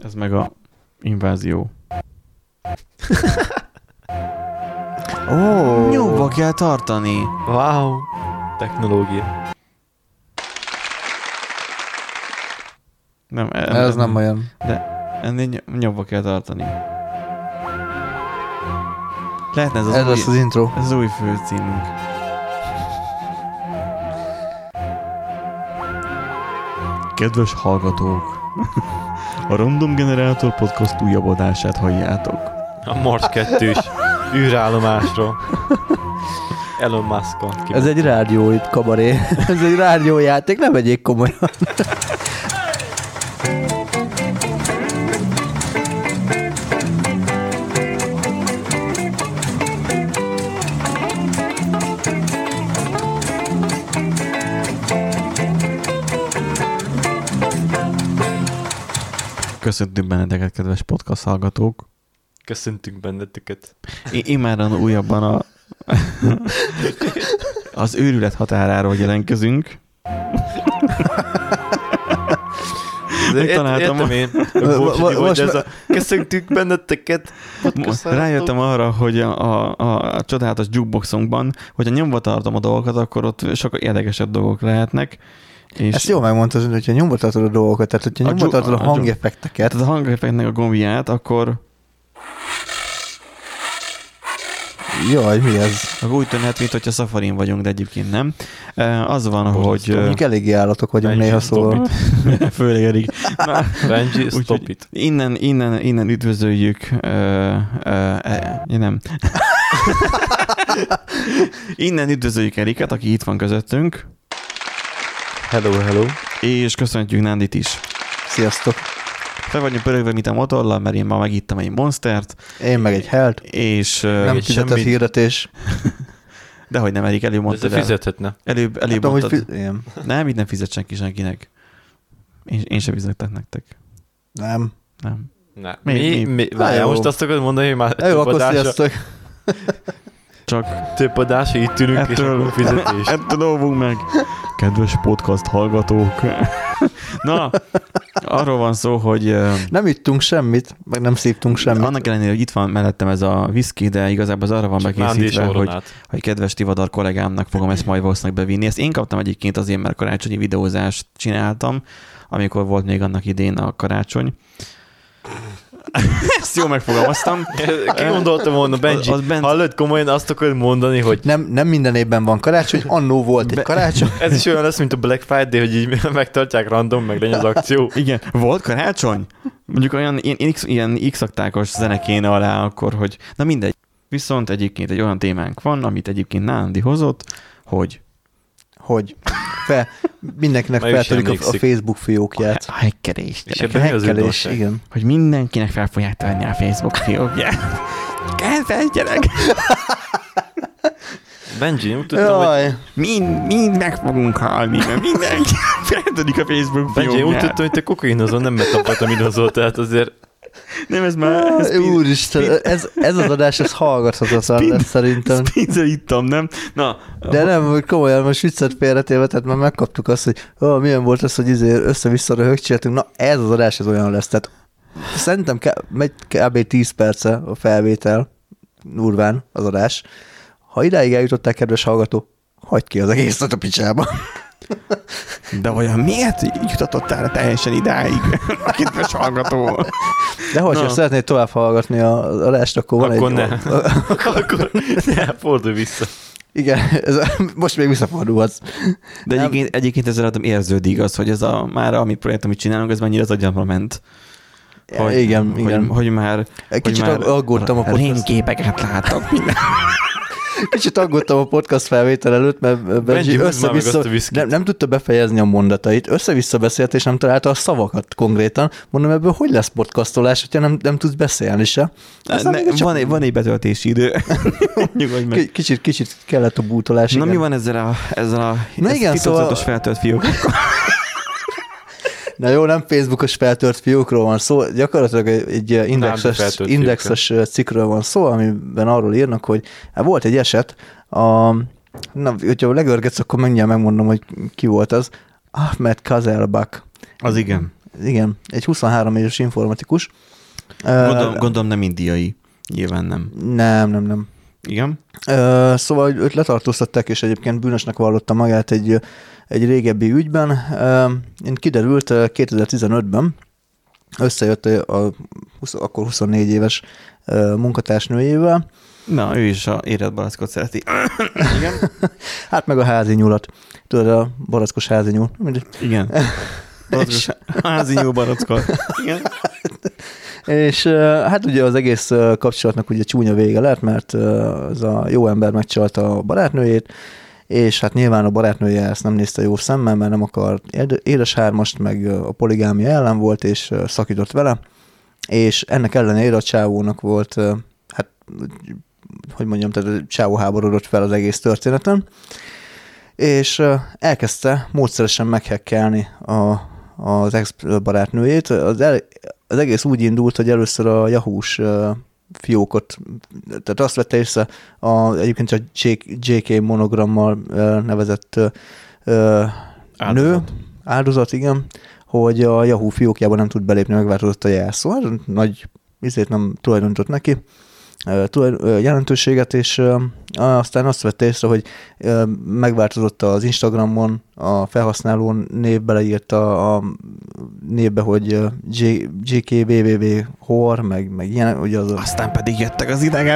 Ez meg a invázió. Nyomva kell tartani. Wow. Technológia. Nem, ez nem olyan. De ennél nyomva kell tartani. Lehetne ez lesz az intro. Ez az új főcímünk. Kedves hallgatók! A Random Generator Podcast újabb adását halljátok. A Mars 2-s űrállomásról. Elon Musk-on. Ez egy rádió kabaré. Ez egy rádiójáték, ne vegyék komolyan. Köszöntünk benneteket, kedves podcast hallgatók. Köszöntünk benneteket. Immáron újabban az őrület határáról jelentkezünk. Értem én. Köszöntünk benneteket. Rájöttem arra, hogy a csodálatos jukeboxunkban, hogyha nyomva tartom a dolgokat, akkor ott sokkal érdekesebb dolgok lehetnek. És ezt jól megmondtad, hogyha nyomva tartod a dolgokat, tehát hogyha nyomva tartod a hangeffekteket. Tehát a hangeffektnek a gombját, akkor... Jaj, mi ez? Akkor úgy tűnhet, mint hogyha Safarin vagyunk, de egyébként nem. Az van, hogy... Mondjuk eléggé állatok vagyunk néha szóval. Főleg elég. Benji, stop it. Innen üdvözöljük... nem. Innen üdvözöljük Eriket, aki itt van közöttünk. Hello. És köszöntjük Nándit is. Sziasztok. Fel vagyunk pörögve, mint a motorral, mert én ma megittem egy Monstert. Én meg egy Helt. És... nem fizetett hirdetés. Dehogy nem, Erik, előbb mondtad el. Fizethetne. Előbb mondtad. Nem, így nem fizet senkinek. Én sem fizettek nektek. Nem. Mi? Várjál, most azt akarod mondani, hogy már jó, akkor sziasztok. Csak több adása, itt ülünk, és akkor fizetés. Ettől óvunk meg. Kedves podcast hallgatók. Na, arról van szó, hogy... nem ittunk semmit, meg nem szívtunk semmit. Annak ellenére, hogy itt van mellettem ez a whisky, de igazából az arra van bekészítve, hogy kedves Tivadar kollégámnak fogom ezt majd valószínűleg bevinni. Ezt én kaptam egyébként azért, mert karácsonyi videózást csináltam, amikor volt még annak idén a karácsony. Ezt jól megfogalmaztam. Ki gondoltam volna, Benji, hallod, komolyan azt akarod mondani, hogy... Nem minden évben van karácsony, annó volt egy karácsony. Ez is olyan lesz, mint a Black Friday, hogy így megtartják random, meg legyen az akció. Igen, volt karácsony? Mondjuk olyan ilyen x-aktákos zene kéne alá akkor, hogy... Na mindegy. Viszont egyébként egy olyan témánk van, amit egyébként Nándi hozott, hogy mindenkinek feltörik a Facebook fiókját. A hekkelés. Hekkelés, igen. Hogy mindenkinek fel fogják tenni a Facebook fiókját. Gyerek! Benji, úgy tudtam, hogy... Mind meg fogunk halni, mert mindenki feltörik a Facebook fiókját. Benji, úgy tudtam, hogy te kokainozol, nem metamfetaminozol, tehát azért... Nem, ez már... Úristen, ez az adás, ez hallgathatatlan lesz szerintem. Speedre ittam, nem? Na. De nem, komolyan, most viccet félretélve, tehát már megkaptuk azt, hogy milyen volt ez, hogy össze-vissza röhögcséltünk. Na, ez az adás, ez olyan lesz. Tehát szerintem megy kb. 10 perce a felvétel, durván az adás. Ha idáig eljutották, kedves hallgató, hagyd ki az egészet a picsába. De olyan miért jutatottál teljesen idáig, kedves hallgató? De hogyha szeretnéd tovább hallgatni az adást, akkor van akkor akkor ne, fordulj vissza. Igen, most még visszafordulhatsz. De egyébként ezzel érződik az, hogy ez már ami projekt, amit csinálunk, ez mennyire az agyamra ment. Hogy, igen. Hogy már... Kicsit aggódtam a podcast. Rémképeket látok minden. Kicsit aggódtam a podcast felvétel előtt, mert Benji össze-vissza nem tudta befejezni a mondatait, össze-vissza beszélt, és nem találta a szavakat konkrétan. Mondom, ebből hogy lesz podcastolás, hogyha nem tudsz beszélni se? Van egy betöltési idő. Kicsit kellett a bútolás. Na mi van ezzel a titokzatos feltölt fiókokkal? Na jó, nem Facebookos feltört fiókról van szó, gyakorlatilag egy indexes cikkről van szó, amiben arról írnak, hogy volt egy eset, hogyha legörgetsz, akkor mindjárt megmondom, hogy ki volt az. Ahmed Kazelbak. Az igen. igen, egy 23 éves informatikus. Gondolom nem indiai. Nyilván nem. Nem. Igen? Szóval őt letartóztatták, és egyébként bűnösnek vallotta magát egy régebbi ügyben. Kiderült 2015-ben, összejött akkor 24 éves munkatársnőjével. Na, ő is a érett barackot szereti. Igen? Hát meg a házi nyulat. Tudod, a barackos házi nyúl. Igen. Barackos házi nyúl barackot. Igen. És hát ugye az egész kapcsolatnak ugye csúnya vége lett, mert az a jó ember megcsalta a barátnőjét, és hát nyilván a barátnője ezt nem nézte jó szemmel, mert nem akar édeshármast, meg a poligámia ellen volt, és szakított vele, és ennek ellenére a csávónak volt, hát hogy mondjam, tehát a csávó háborodott fel az egész történeten, és elkezdte módszeresen meghekkelni az ex-barátnőjét. Az egész úgy indult, hogy először a Yahoo-s fiókot, tehát azt vette észre egyébként a JK monogrammal nevezett áldozat, igen, hogy a Yahoo fiókjában nem tud belépni, megváltozott a jelszó. Nagy nem tulajdonított neki jelentőséget, és aztán azt vette észre, hogy megváltozott az Instagramon a felhasználó név, beleírta a névbe, hogy JKWWW hor, meg ilyen, ugye az. Aztán pedig jöttek az idegenek.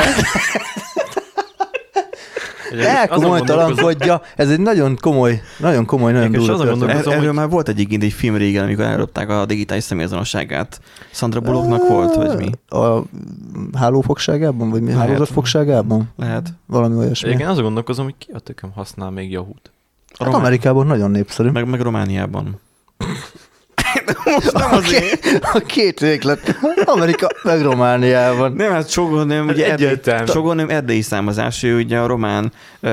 Elkomolytalankodja. Ez egy nagyon komoly, nagyon durva. Erről már volt egy film régen, amikor elropták a digitális személyazonosságát. Sandra Bullocknak volt, vagy mi? A hálófogságában, vagy mi? Hálózatfogságában? Lehet. Valami olyasmi. Igen, azt gondolkozom, hogy ki a tököm használ még Yahoo-t. Hát Amerikában nagyon népszerű. Meg Romániában. Most nem azért. A két véglet. Amerika meg Romániában. Nem, hát Sogornőm, ugye Sogornőm erdélyi származás, ő ugye a román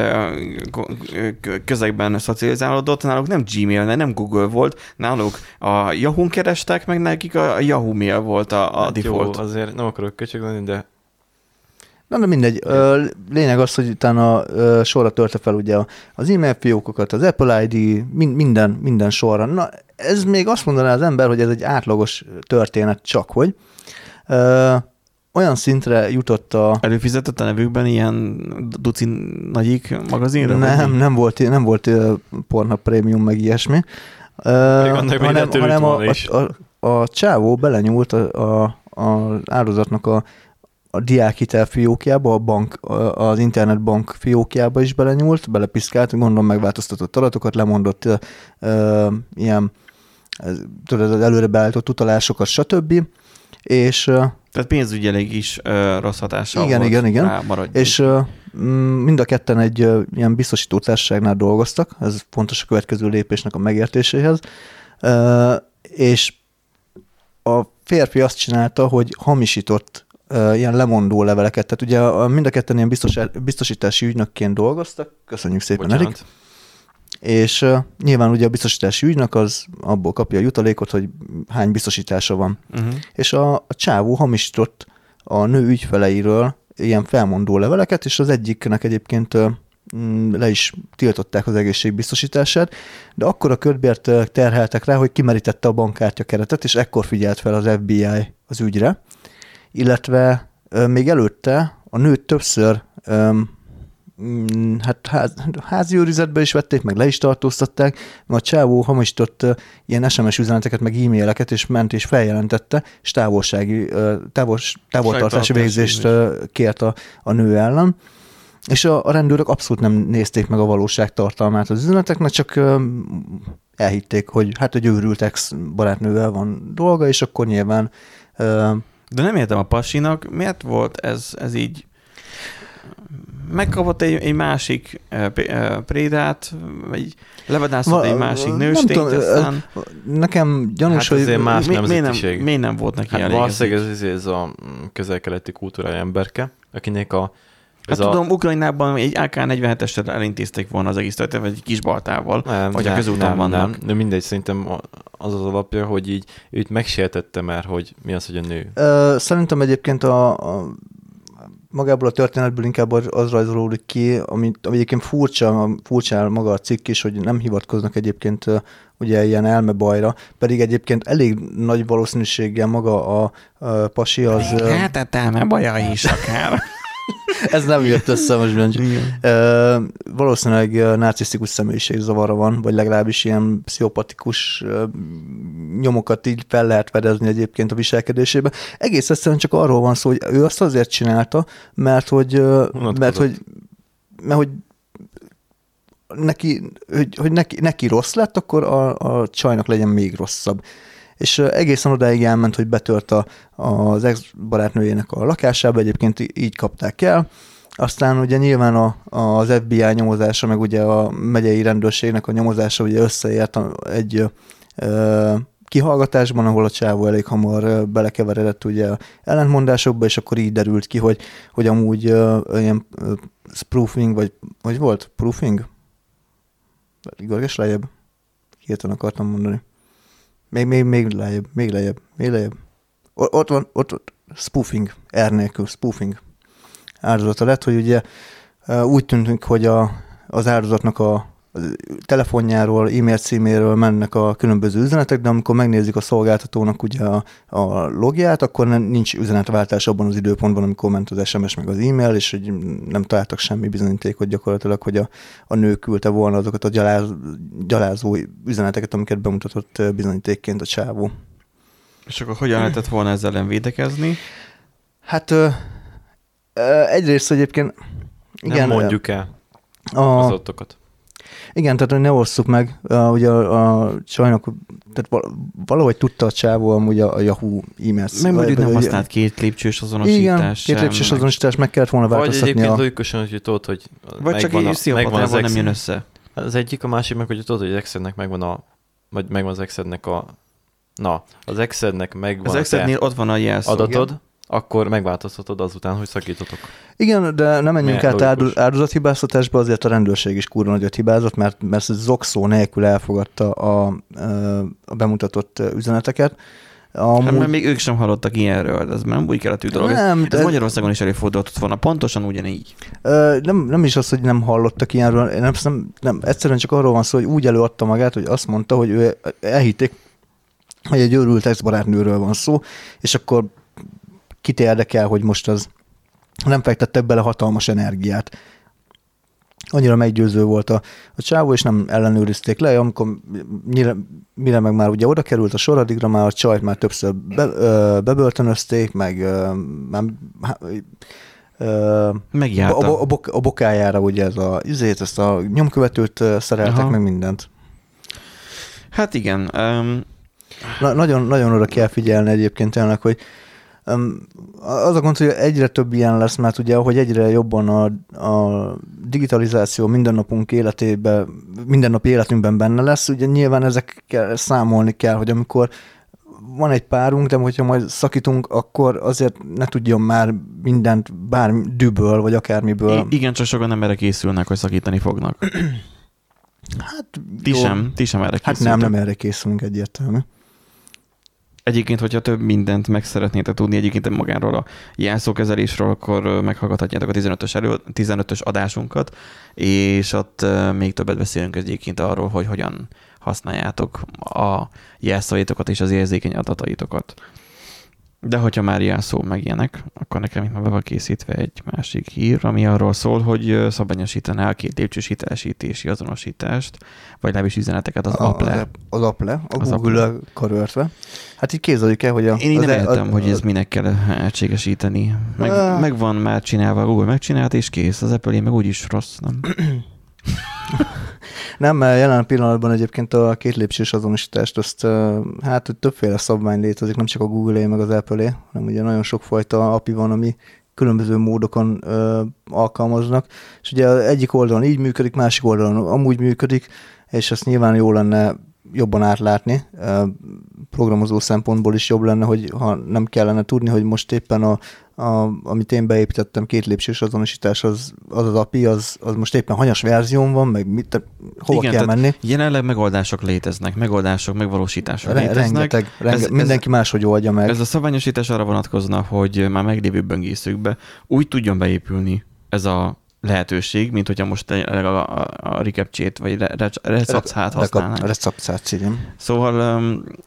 közegben szocializálódott, náluk nem Gmail, nem Google volt, náluk a Yahoo-n kerestek, meg nekik a Yahoo Mail volt a default. Jó, azért nem akarok köcsögölni, de Na, mindegy. Lényeg az, hogy utána sorra törte fel ugye az e-mail fiókokat, az Apple ID, minden sorra. Na, ez még azt mondaná az ember, hogy ez egy átlagos történet csak, hogy olyan szintre jutott Előfizetett a nevükben ilyen duci nagyik magazinra? Nem volt Pornhub Premium, meg ilyesmi. Hanem a csávó belenyúlt az áldozatnak a diákhitel fiókjába, az internetbank fiókjába is belenyúlt, belepiszkált, gondolom megváltoztatott adatokat, lemondott ilyen tudod, az előre beállított utalásokat, stb. És tehát pénzügyileg is rossz hatással volt. Igen. Maradjunk. És mind a ketten egy ilyen biztosító társaságnál dolgoztak, ez fontos a következő lépésnek a megértéséhez, és a férfi azt csinálta, hogy hamisított ilyen lemondó leveleket, tehát ugye mind a ketten ilyen biztosítási ügynökként dolgoztak, köszönjük szépen, Erik. És nyilván ugye a biztosítási ügynök az abból kapja a jutalékot, hogy hány biztosítása van. Uh-huh. És a csávó hamisított a nő ügyfeleiről ilyen felmondó leveleket, és az egyiknek egyébként le is tiltották az egészségbiztosítását, de akkor a ködbért terheltek rá, hogy kimerítette a bankkártya keretet, és ekkor figyelt fel az FBI az ügyre, illetve még előtte a nőt többször házi őrizetbe is vették, meg le is tartóztatták, mert a csávó hamisított ilyen SMS üzeneteket, meg e-maileket, és ment és feljelentette, és távoltartási végzést kért a nő ellen. És a rendőrök abszolút nem nézték meg a valóság tartalmát az üzeneteknek, csak elhitték, hogy hát egy őrült ex-barátnővel van dolga, és akkor nyilván... De nem értem a pasinak, miért volt ez így? Megkapott egy másik prédát, vagy levadászott egy másik nőstényt, aztán... Nekem gyanús, hát hogy... más nemzetiség. Miért nem volt neki elég? Valószínűleg ez a közel-keleti kultúrája emberke, akinek tudom, Ukrajnában egy AK-47-esre elintézték volna az egész történet, vagy egy kis baltával, vagy a közúton vannak. Nem, de mindegy, szerintem az alapja, hogy így őt megsértette már, hogy mi az, hogy a nő. Szerintem egyébként magából a történetből inkább az rajzolódik ki, ami egyébként furcsa maga a cikk is, hogy nem hivatkoznak egyébként ugye ilyen elmebajra, pedig egyébként elég nagy valószínűséggel maga a pasi az... Hát elmebaja is akár. Ez nem jött össze most, valószínűleg narcisztikus személyiségzavara van, vagy legalábbis ilyen pszichopatikus nyomokat így fel lehet fedezni egyébként a viselkedésében. Egész egyszerűen csak arról van szó, hogy ő azt azért csinálta, mert hogy neki rossz lett, akkor a csajnak legyen még rosszabb. És egészen odáig elment, hogy betört az ex-barátnőjének a lakásába, egyébként így kapták el. Aztán ugye nyilván az FBI nyomozása, meg ugye a megyei rendőrségnek a nyomozása ugye összeért egy kihallgatásban, ahol a csávó elég hamar belekeveredett ugye ellentmondásokba, és akkor így derült ki, hogy amúgy ilyen spoofing, vagy volt? Proofing? Igorges lejjebb? Hirtelen akartam mondani. Még lejjebb. Ott van, spoofing, R nélkül, spoofing áldozata lett, hogy ugye úgy tűntünk, hogy az áldozatnak a telefonjáról, e-mail címéről mennek a különböző üzenetek, de amikor megnézik a szolgáltatónak ugye a logját, akkor nincs üzenetváltás abban az időpontban, amikor ment az SMS meg az e-mail, és hogy nem találtak semmi bizonyítékot gyakorlatilag, hogy a nő küldte volna azokat a gyalázó üzeneteket, amiket bemutatott bizonyítékként a csávó. És akkor hogyan lehetett volna ezzel ellen védekezni? Hát egyrészt egyébként... Igen, nem mondjuk el az adatokat. Igen, tehát hogy ne osszuk meg, ugye a csajnak, tehát valahogy tudta a csávó amúgy a Yahoo e-mail. Meg mondjuk nem használt két lépcsős azonosítás. Igen, két lépcsős azonosítás meg kellett volna változtatni. Vagy egyébként logikusan, hogy tudod, hogy vagy csak így pszichopatával nem jön össze. Az egyik, a másik meg, hogy tudod, hogy az exednek megvan az exednek az exednek megvan az exednél ott van a jelszó. Adatod, igen. Akkor megváltoztatod azután, hogy szakítotok. Igen, de nem menjünk át áldozathibáztatásba, azért a rendőrség is kurva nagyot hibázott, mert zokszó nélkül elfogadta a bemutatott üzeneteket. Mert még ők sem hallottak ilyenről, ez nem úgy keletű dolog. Ez Magyarországon is előfordulhatott volna, pontosan ugyanígy. Nem is az, hogy nem hallottak ilyenről, nem, egyszerűen csak arról van szó, hogy úgy előadta magát, hogy azt mondta, hogy ő elhitték, hogy egy őrült ex-barátnőről van szó, és akkor kit érdekel, hogy most az nem fektettek bele hatalmas energiát. Annyira meggyőző volt a csávó, és nem ellenőrizték le, amikor mire meg már ugye oda került a sor, addigra már a csajt már többször bebörtönözték, meg megjárta. A bokájára ugye ezt a nyomkövetőt szereltek, meg mindent. Hát igen. Nagyon, nagyon oda kell figyelni egyébként tényleg, hogy az a gond, hogy egyre több ilyen lesz, mert ugye, ahogy egyre jobban a digitalizáció mindennapunk életében, mindennapi életünkben benne lesz, ugye nyilván ezekkel számolni kell, hogy amikor van egy párunk, de hogyha majd szakítunk, akkor azért ne tudjon már mindent bármiből, vagy akármiből. Igen, csak sokan nem erre készülnek, hogy szakítani fognak. Hát ti sem erre készültek. Hát nem erre készülünk egyértelmű. Egyébként, hogyha több mindent meg szeretnétek tudni egyébként magáról a jelszókezelésről, akkor meghallgathatjátok a 15-ös adásunkat, és ott még többet beszélünk egyébként arról, hogy hogyan használjátok a jelszavaitokat és az érzékeny adataitokat. De hogyha már jelszó meg ilyenek, akkor nekem itt már be van készítve egy másik hír, ami arról szól, hogy szabványosítaná a két lépcsős hitelesítési azonosítást, vagy legalábbis üzeneteket az Apple. Az Apple, Google karöltve. Hát így képzeljük el, hogy én nem értem, hogy ez minek kell egységesíteni. Megvan már csinálva, a Google megcsinált, és kész. Az Apple meg úgyis rossz, nem? Nem, mert jelen pillanatban egyébként a két lépcsős azonosítást, hát többféle szabvány létezik, nem csak a Google-é, meg az Apple-é, hanem ugye nagyon sokfajta API van, ami különböző módokon alkalmaznak, és ugye egyik oldalon így működik, másik oldalon amúgy működik, és ezt nyilván jó lenne jobban átlátni. Programozó szempontból is jobb lenne, hogy ha nem kellene tudni, hogy most éppen amit én beépítettem, 2 lépcsős azonosítás, az API, az most éppen hanyas verzión van, meg hova igen, kell menni. Jelenleg megoldások léteznek, megvalósítások léteznek. Mindenki máshogy oldja meg. Ez a szabványosítás arra vonatkozna, hogy már meglévő böngészőkbe úgy tudjon beépülni ez a lehetőség, mint hogyha most a recaptcha-t vagy receptszát használnánk. Receptszát, igen. Szóval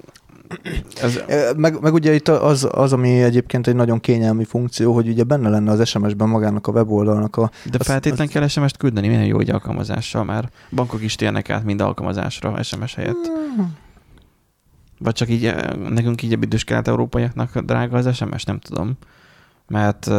meg ugye itt az, ami egyébként egy nagyon kényelmi funkció, hogy ugye benne lenne az SMS-ben magának a weboldalnak De feltétlen kell SMS-t küldeni, milyen jó, hogy alkalmazással már. Bankok is térnek át mind alkalmazásra SMS helyett. Vagy csak így, nekünk így idős kelet-európaiaknak drága az SMS, nem tudom. Mert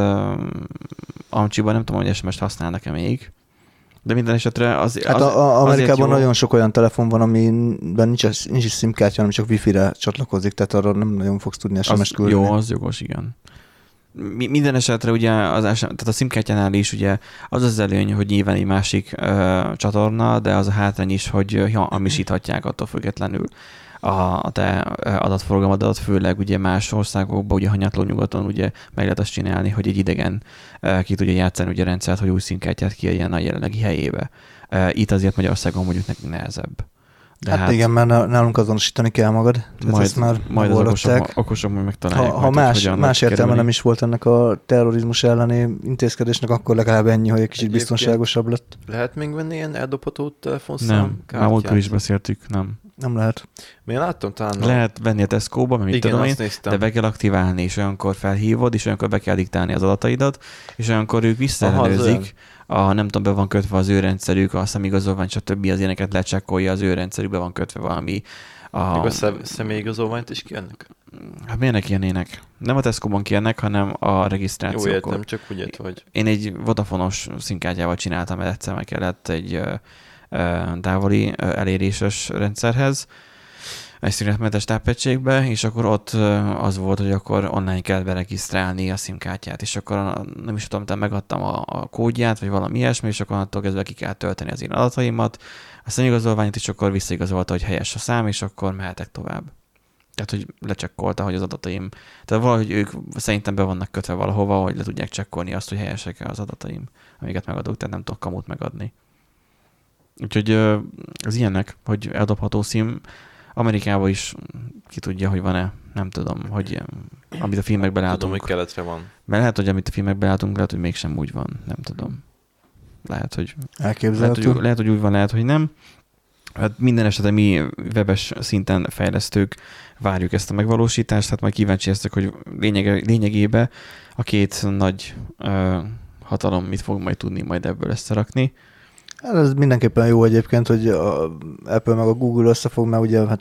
Amcsiban nem tudom, hogy SMS-t használnak-e még. De minden esetre Amerikában nagyon sok olyan telefon van, amiben nincs is SIM-kártya, hanem csak Wi-Fi-re csatlakozik, tehát arra nem nagyon fogsz tudni SMS-t küldeni. Jó, az jogos, igen. Minden esetre ugye tehát a SIM-kártyánál is ugye az előny, hogy nyilván egy másik csatorna, de az a hátrány is, hogy hamisíthatják attól függetlenül a te adatforgalmadat, főleg ugye más országokban, ugye hanyatló nyugaton ugye meg lehet azt csinálni, hogy egy idegen ki tudja játszani ugye a rendszert, hogy új színkártyát kiadjen a jelenlegi helyébe. Itt azért Magyarországon mondjuk nekünk nehezebb. De hát igen, mert nálunk azonosítani kell magad. Majd az okosok majd megtalálják. Ha más értelme nem is volt ennek a terrorizmus elleni intézkedésnek, akkor legalább ennyi, hogy egy kicsit biztonságosabb lett. Lehet még venni ilyen eldobható telefonszám? Nem, múltkor is beszéltük, nem. Nem lehet. Én láttam talán. Lehet venni a Tesco-ba, mert mit tudom én, de be kell aktiválni, és olyankor felhívod, és olyankor be kell diktálni az adataidat, és olyankor ők visszaellenőrzik, nem tudom, be van kötve az ő rendszerük, a személyigazolvány, stb. Az ilyeneket lecsekkolja, az ő rendszerükbe van kötve valami. Még a személyigazolványt is kérnek? Hát miért ne kérnének? Nem a Tesco-ban kérnek, hanem a regisztrációkor. Jó, értem, csak úgy hogy... Én egy Vodafone-os színkártyával csináltam, mert egyszer meg kellett egy távoli eléréses rendszerhez, egy szünetmentes távegységbe, és akkor ott az volt, hogy akkor online kell beregisztrálni a SIM-kártyát, és akkor nem is tudom, megadtam a kódját, vagy valami ilyesmi, és akkor attól kezdve ki kell tölteni az én adataimat, a személyigazolványt, és akkor visszaigazolta, hogy helyes a szám, és akkor mehetek tovább. Tehát, hogy lecsekkolta, hogy az adataim, tehát valahogy ők szerintem be vannak kötve valahova, hogy le tudják csekkolni azt, hogy helyesek-e az adataim, amiket megadok, tehát nem tudok kamut megadni. Úgyhogy az ilyenek, hogy eldobható SIM, Amerikában is ki tudja, hogy van-e, nem tudom, hogy amit a filmekben látunk. Tudom, hogy keletre van. Mert lehet, hogy amit a filmekben látunk, lehet, hogy mégsem úgy van, nem tudom. Lehet, hogy úgy van, lehet, hogy nem. Hát minden esetben mi webes szinten fejlesztők várjuk ezt a megvalósítást, hát majd kíváncsi leszek, hogy lényegében a két nagy hatalom mit fog majd tudni majd ebből összerakni. Ez mindenképpen jó egyébként, hogy a Apple meg a Google összefog, mert ugye hát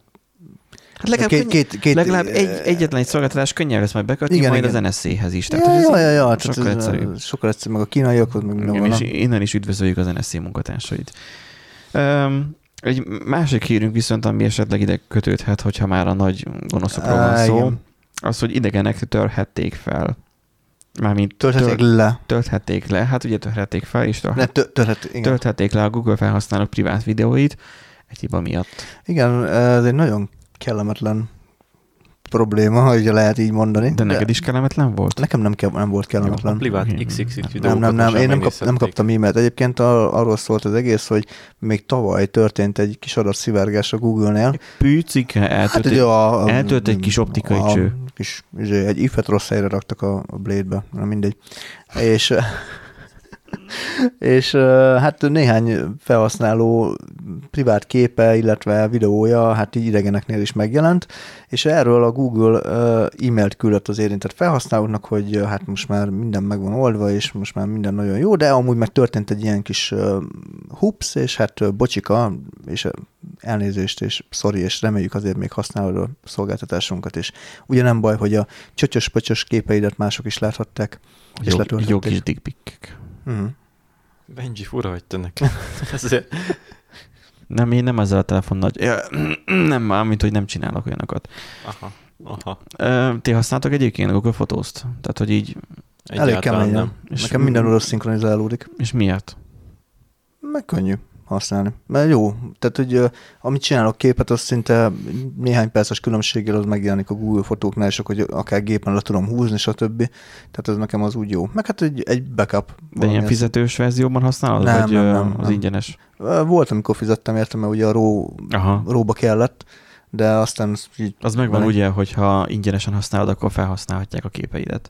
legalább egyetlen egy szolgáltatás könnyen lesz majd bekötni, igen, majd igen. Az NSC-hez is. Tehát sokkal egyszerűbb. Sokkal egyszerűbb, meg a kínaiakhoz, meg minden van. És innen is üdvözöljük az NSC munkatársait. Egy másik hírünk viszont, ami esetleg ide kötődhet, hogyha már a nagy gonoszokról van szó, igen. Az, hogy idegenek törhették fel. Mármint tölthették le. Hát ugye tölthették fel, és tölthették le a Google felhasználók privát videóit egy hiba miatt. Igen, ez egy nagyon kellemetlen probléma, hogy lehet így mondani. De neked is kellemetlen volt? Nekem nem volt kellemetlen. A privát XXX videókat nem, én nem kaptam e-mailt. Egyébként arról szólt az egész, hogy még tavaly történt egy kis adatszivárgás a Google-nél. Pűcike, eltölt egy kis optikai cső. Egy if-et rossz helyre raktak a Blade-be, nem mindegy. És hát néhány felhasználó privát képe, illetve videója hát így idegeneknél is megjelent, és erről a Google e-mailt küldött az érintett felhasználóknak, hogy hát most már minden meg van oldva, és most már minden nagyon jó, de amúgy meg történt egy ilyen kis hups, és hát bocsika, és elnézést, és sorry, és reméljük azért még használod a szolgáltatásunkat, és ugye nem baj, hogy a csöcsös-pöcsös képeidet mások is láthatták, és letöltötték. Jó kis dickpick. Benji, fura hagyta nekem. Nem, én nem ezzel a telefonnal. Nem, mint hogy nem csinálok olyanokat. Aha. Ti használtok egyébként Google Photos-t? Tehát, hogy így... Elég keményen. Nekem minden oda szinkronizálódik. És miért? Meg könnyű. használni. Mert jó, tehát hogy amit csinálok képet, az szinte néhány perces különbséggel az megjelenik a Google fotóknál, és akkor hogy akár gépen le tudom húzni, stb. Tehát ez nekem az úgy jó. Meg hát egy backup. De ilyen fizetős verzióban használod? Nem. Az ingyenes? Volt, amikor fizettem érte, mert ugye a RAW-ba kellett, de aztán... Az megvan ugye, hogyha ingyenesen használod, akkor felhasználhatják a képeidet.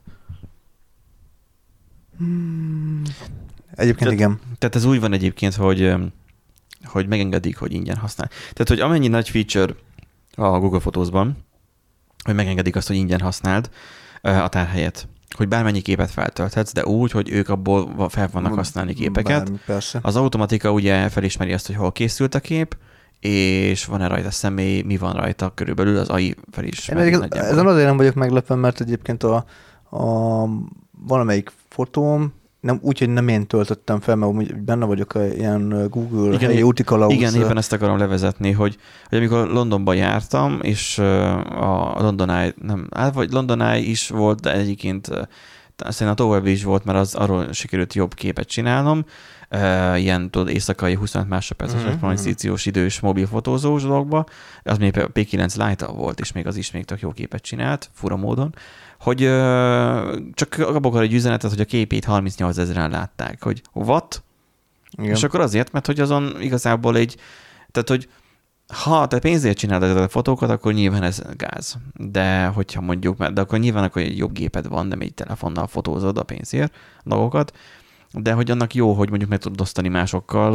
Egyébként igen. Tehát ez úgy van egyébként, hogy megengedik, hogy ingyen használ. Tehát, hogy amennyi nagy feature a Google Photos-ban, hogy megengedik azt, hogy ingyen használd a tárhelyet, hogy bármennyi képet feltölthetsz, de úgy, hogy ők abból fel vannak használni képeket. Bármi, persze. Az automatika ugye felismeri azt, hogy hol készült a kép, és van-e rajta személy, mi van rajta körülbelül, az AI felismeri. Ezen azért nem vagyok meglepve, mert egyébként a valamelyik fotóm, nem úgy, hogy nem én töltöttem fel, mert benne vagyok a ilyen Google helyi úti kalauz. Igen, éppen ezt akarom levezetni, hogy amikor Londonban jártam, és a London Eye, vagy London Eye is volt, de egyébként aztán a Tower is volt, mert arról sikerült jobb képet csinálnom. Ilyen, tudod, éjszakai 25 másodperces transzíciós idős mobilfotózós dologba. Az még P9 Lite volt, és még az is még tök jó képet csinált, fura módon. Hogy csak abból egy üzenetet, hogy a képét 38 000-en látták, hogy what? Igen. És akkor azért, mert hogy azon igazából tehát hogy ha te pénzért csinálod a fotókat, akkor nyilván ez gáz. De hogyha mondjuk, de akkor nyilván akkor egy jobb géped van, nem egy telefonnal fotózod a pénzért a dolgokat, de hogy annak jó, hogy mondjuk meg tudod osztani másokkal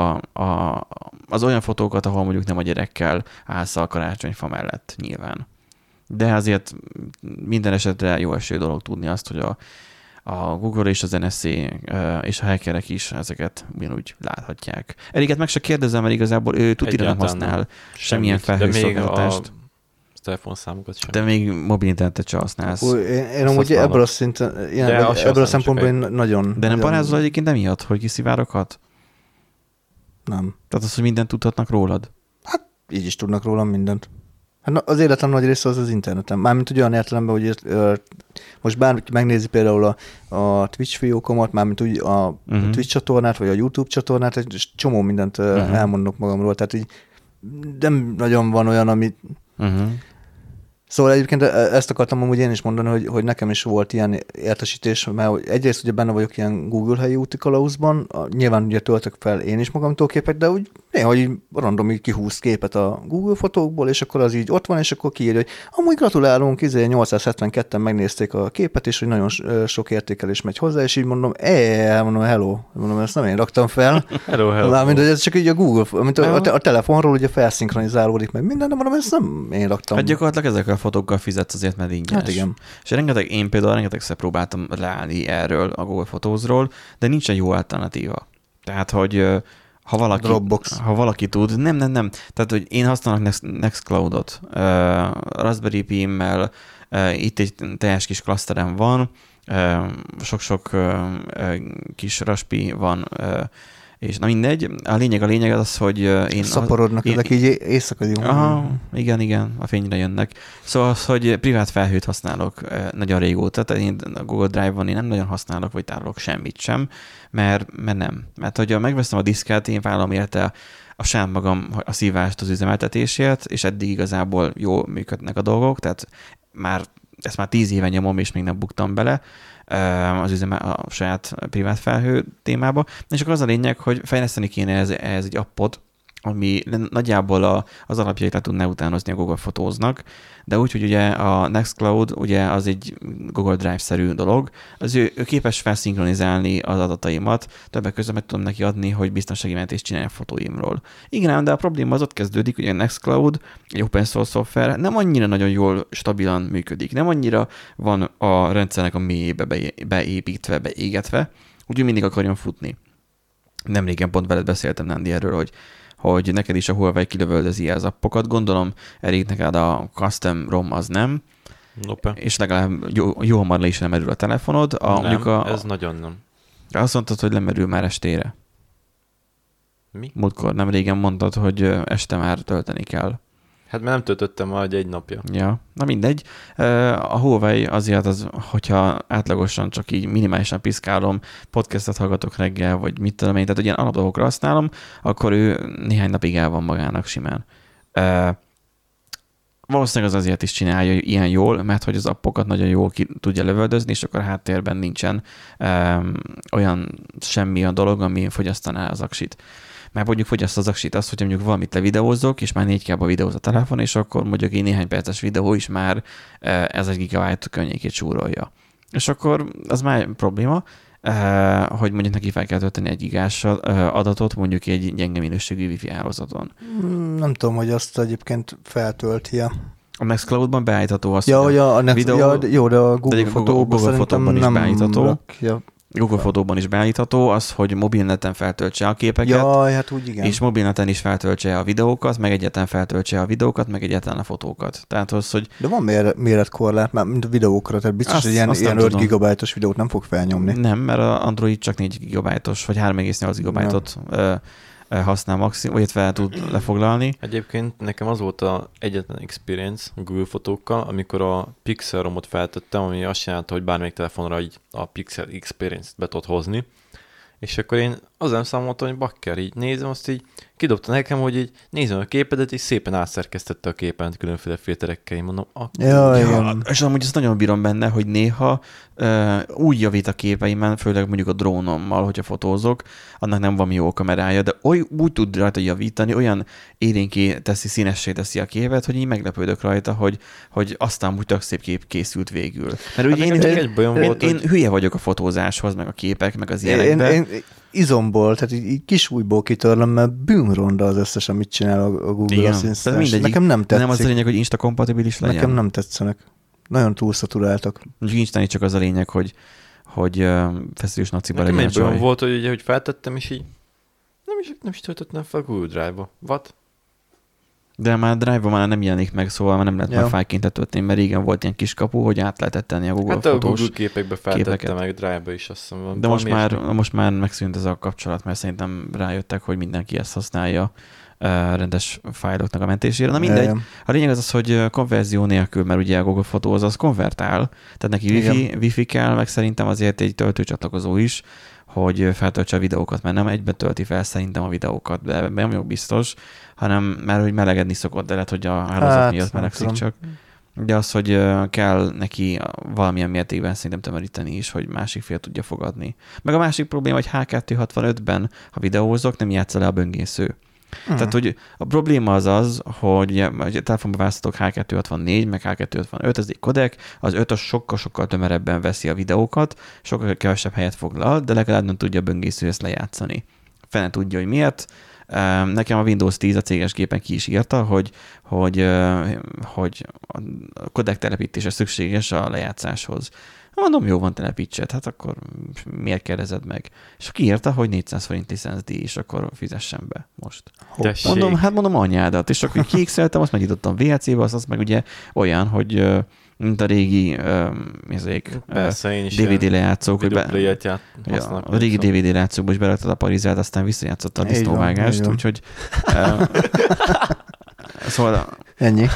az olyan fotókat, ahol mondjuk nem a gyerekkel állsz a karácsonyfa mellett nyilván. De azért minden esetre jó eső dolog tudni azt, hogy a Google és az NSA és a hackerek is ezeket ugyanúgy láthatják. Eriket meg se kérdezem, mert igazából ő tudira nem használ semmilyen felhőszolgáltatást. Telefonszámokat sem. De még mobil internetet sem használsz. Én amúgy ebből a szinten, ebből a szempontból én nagyon... De nem parázol egyébként emiatt, hogy kiszivároghat? Nem. Tehát az, hogy mindent tudhatnak rólad? Hát így is tudnak rólam mindent. Hát az életem nagy része az interneten. Mármint olyan értelemben, hogy most bárki megnézi például a Twitch fiókomat, mármint úgy a Twitch csatornát, vagy a YouTube csatornát, és csomó mindent elmondok magamról. Tehát így nem nagyon van olyan, amit... Szóval egyébként ezt akartam amúgy én is mondani, hogy nekem is volt ilyen értesítés, mert egyrészt ugye benne vagyok ilyen Google helyi úti kalauzban, nyilván ugye töltök fel én is magamtól képet, de úgy néha így random így kihúz képet a Google fotókból, és akkor az így ott van, és akkor kiírja, hogy amúgy gratulálunk, 872-en megnézték a képet, és hogy nagyon sok értékelés megy hozzá, és így mondom, hello, mondom, ezt nem én raktam fel. hello. Mármint, hogy ez csak így a Google, mint a telefonról ugye felszinkronizálódik meg minden, de mondom, ezt nem én raktam. Hát gyakorlatilag ezekkel a fotókkal fizetsz azért, mert ingyenes. Hát igen. És én például rengetegszer próbáltam leállni erről a Google Photos-ról, de nincsen jó alternatíva. Tehát, hogy ha valaki tud, nem. Tehát, hogy én használok Nextcloud-ot, Raspberry Pi-mmel, itt egy teljes kis klaszterem van, sok-sok kis raspi van, és na mindegy, a lényeg az, hogy én... Szaporodnak ezek így éjszaka. Aha, igen, a fényre jönnek. Szóval az, hogy privát felhőt használok nagyon régóta, tehát én a Google Drive-on én nem nagyon használok, vagy tárolok semmit sem, mert nem. Mert hogyha megveszem a diszket, én vállalom érte a saját magam a szívást az üzemeltetésért, és eddig igazából jól működnek a dolgok, tehát ezt már 10 éve nyomom, és még nem buktam bele a saját privát felhő témába. És akkor az a lényeg, hogy fejleszteni kéne ez egy appot, ami nagyjából az alapjait le tudná utánozni a Google Photos-nak, de úgy, hogy ugye a Nextcloud ugye az egy Google Drive-szerű dolog, az ő képes felszinkronizálni az adataimat, többek között meg tudom neki adni, hogy biztonsági mentést csinálja a fotóimról. Igen, de a probléma az ott kezdődik, hogy a Nextcloud, egy open source szoftver, nem annyira nagyon jól, stabilan működik, nem annyira van a rendszernek a mélyébe beépítve, beégetve, úgyhogy mindig akarjon futni. Nemrégen pont veled beszéltem, Nandi, erről, hogy neked is a Huawei kilövöldözi az appokat. Gondolom, Erik, neked a custom ROM az nem. Nope. És legalább jó hamar le is lemerül a telefonod. Ez nagyon nem. Azt mondtad, hogy lemerül már estére. Mi? Múltkor nem régen mondtad, hogy este már tölteni kell. Hát mert nem töltöttem már egy napja. Ja, na mindegy. A Huawei azért az, hogyha átlagosan csak így minimálisan piszkálom, podcastot hallgatok reggel, vagy mit tudom én, tehát ilyen alapdolgokra használom, akkor ő néhány napig el van magának simán. Valószínűleg az azért is csinálja ilyen jól, mert hogy az appokat nagyon jól ki tudja lövöldözni, és akkor a háttérben nincsen olyan semmi a dolog, ami fogyasztaná az aksit. Mert mondjuk fogyaszt az aksit azt, hogy mondjuk valamit levideózok, és már 4K-ba videóz a telefon, és akkor mondjuk egy néhány perces videó is már 1000 GB környékét súrolja. És akkor az már probléma, hogy mondjuk neki fel kell tölteni 1 gigás adatot mondjuk egy gyenge minőségű Wi-Fi hálózaton. Nem tudom, hogy azt egyébként feltölti-e. A Nextcloud-ban beállítható az, ja, hogy a videó... jó, de a Google Fotóban is beállítható. Rakja. Google Fotóban is beállítható az, hogy mobilneten feltöltse a képeket. Jaj, hát úgy igen. És mobilneten is feltöltse a videókat, meg egyáltalán feltöltse a videókat, meg egyáltalán a fotókat. Tehát az, hogy... De van méretkorlát, már mint a videókra, tehát biztos, hogy ilyen 5 GB-os videót nem fog felnyomni. Nem, mert az Android csak 4 GB-os, vagy 3,8 GB-ot használ maximum, vagy fel tud lefoglalni. Egyébként nekem az volt az egyetlen experience a Google fotókkal, amikor a Pixel ROM-ot feltettem, ami azt csinálta, hogy bármelyik telefonra így a Pixel Experience-t be tudod hozni, és akkor én az nem számoltam, hogy bakker, így nézem, azt így kidobta nekem, hogy így nézem a képedet, és szépen átszerkesztette a képen különféle filterekkel, én mondom, és amúgy azt nagyon bírom benne, hogy néha úgy javít a képeimen, főleg mondjuk a drónommal, hogyha fotózok, annak nem van jó kamerája, de úgy tud rajta javítani, olyan élénké teszi, színessé teszi a képet, hogy így meglepődök rajta, hogy aztán úgy tök szép kép készült végül. Mert ugye én hülye vagyok a fotózáshoz, meg a képek, meg az ilyenekbe. Én izomból, tehát így kisújból kitörlöm, mert bűnronda az összes, amit csinál a Google Assistant. Nekem nem tetszik. Nem az a lényeg, hogy Insta-kompatibilis legyen? Nekem nem tetszenek. Nagyon túlszaturáltak. Nincs csak az a lényeg, hogy feszülős naciba legyen. Nekem egy olyan volt, hogy ugye, hogy feltettem, és így nem is töltöttem fel Google Drive-ba. What? De már Drive-ban már nem jelenik meg, szóval már nem lehet már fájként letölteni, mert régen volt ilyen kis kapu, hogy át lehetett tenni a Google fotós a Google képekbe feltette meg Drive-ba is, azt hiszem. De most már megszűnt ez a kapcsolat, mert szerintem rájöttek, hogy mindenki ezt használja rendes fájloknak a mentésére. Na mindegy. A lényeg az, hogy konverzió nélkül, mert ugye a Google Photos az konvertál, tehát neki Wi-Fi kell, meg szerintem azért egy töltőcsatlakozó is, hogy feltöltse a videókat, mert nem egybe tölti fel szerintem a videókat, de nem vagyok biztos, hanem mert hogy melegedni szokott, de lehet, hogy a hálózat miatt melegszik csak. De az, hogy kell neki valamilyen mértékben szerintem tömöríteni is, hogy másik fél tudja fogadni. Meg a másik probléma, hogy H265-ben, ha videózok, nem játsza le a böngésző. Tehát, hogy a probléma az, hogy a telefonban választatok H264, meg H265, ez egy kodek, az 5-ös sokkal-sokkal tömerebben veszi a videókat, sokkal kevesebb helyet foglal, de legalább nem tudja a böngésző ezt lejátszani. Fene tudja, hogy miért. Nekem a Windows 10 a céges gépen ki is írta, hogy a kodek telepítése szükséges a lejátszáshoz. Mondom, jó van, telepítsed, hát akkor miért kérdezed meg? És kiírta, hogy 400 forint licencdíj, és akkor fizessen be most. Mondom anyádat, és akkor kiixeltem, azt megnyitottam VLC-be, azt meg ugye olyan, hogy mint a régi DVD lejátszók, hogy a régi DVD lejátszókba is beraktad a parizát, aztán visszajátszotta a disznóvágást, úgyhogy szóval ennyi.